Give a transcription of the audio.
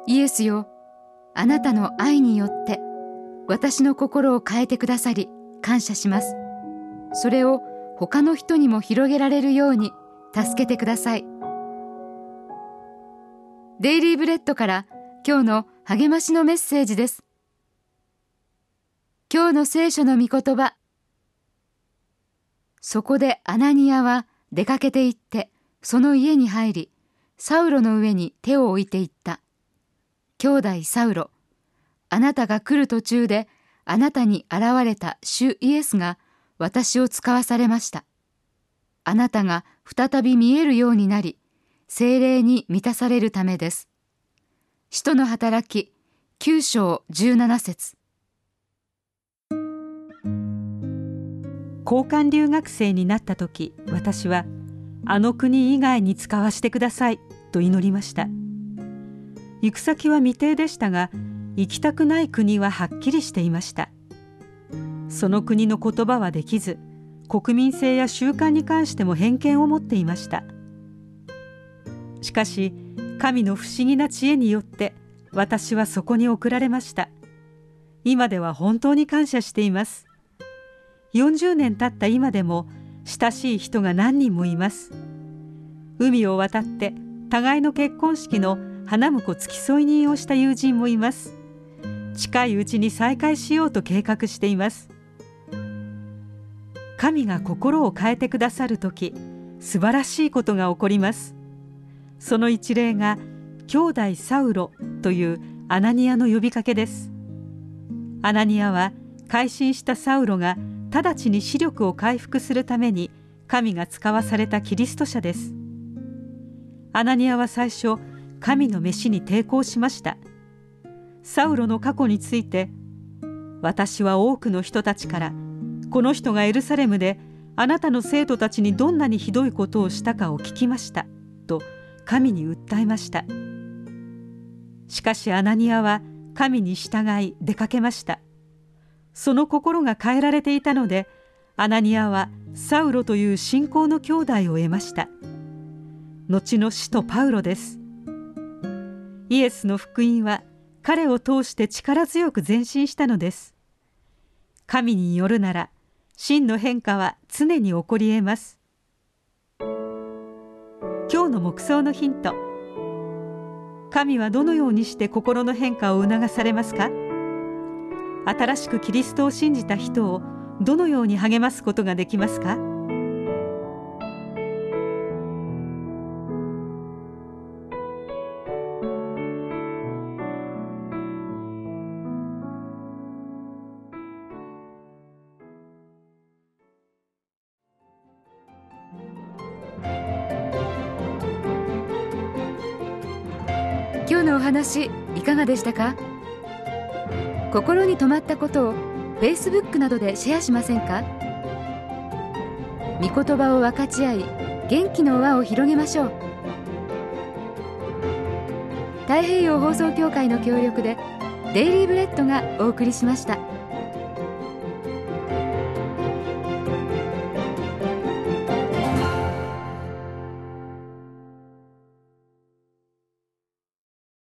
イエスよ、あなたの愛によって私の心を変えてくださり感謝します。それを他の人にも広げられるように助けてください。デイリーブレッドから今日の励ましのメッセージです。今日の聖書の御言葉。そこでアナニアは出かけて行ってその家に入り、サウロの上に手を置いていった。兄弟サウロ、あなたが来る途中であなたに現れた主イエスが私を使わされました。あなたが再び見えるようになり、聖霊に満たされるためです。使徒の働き9章17節。 交換留学生になった時、私はあの国以外に使わせてくださいと祈りました。行く先は未定でしたが、行きたくない国ははっきりしていました。その国の言葉はできず、国民性や習慣に関しても偏見を持っていました。しかし神の不思議な知恵によって私はそこに送られました。今では本当に感謝しています。40年経った今でも親しい人が何人もいます。海を渡って互いの結婚式の花婿付き添い人をした友人もいます。近いうちに再会しようと計画しています。神が心を変えてくださるとき、素晴らしいことが起こります。その一例が兄弟サウロというアナニアの呼びかけです。アナニアは改心したサウロが直ちに視力を回復するために神が使わされたキリスト者です。アナニアは最初、神の召しに抵抗しました。サウロの過去について、私は多くの人たちからこの人がエルサレムであなたの生徒たちにどんなにひどいことをしたかを聞きましたと神に訴えました。しかしアナニアは神に従い出かけました。その心が変えられていたので、アナニアはサウロという信仰の兄弟を得ました。後の使徒パウロです。イエスの福音は彼を通して力強く前進したのです。神によるなら真の変化は常に起こり得ます。今日の黙想のヒント。神はどのようにして心の変化を促されますか？新しくキリストを信じた人をどのように励ますことができますか？ 今日のお話いかがでしたか？心に留まったことを Facebook などでシェアしませんか？御言葉を分かち合い、元気の輪を広げましょう。太平洋放送協会の協力でデイリーブレッドがお送りしました。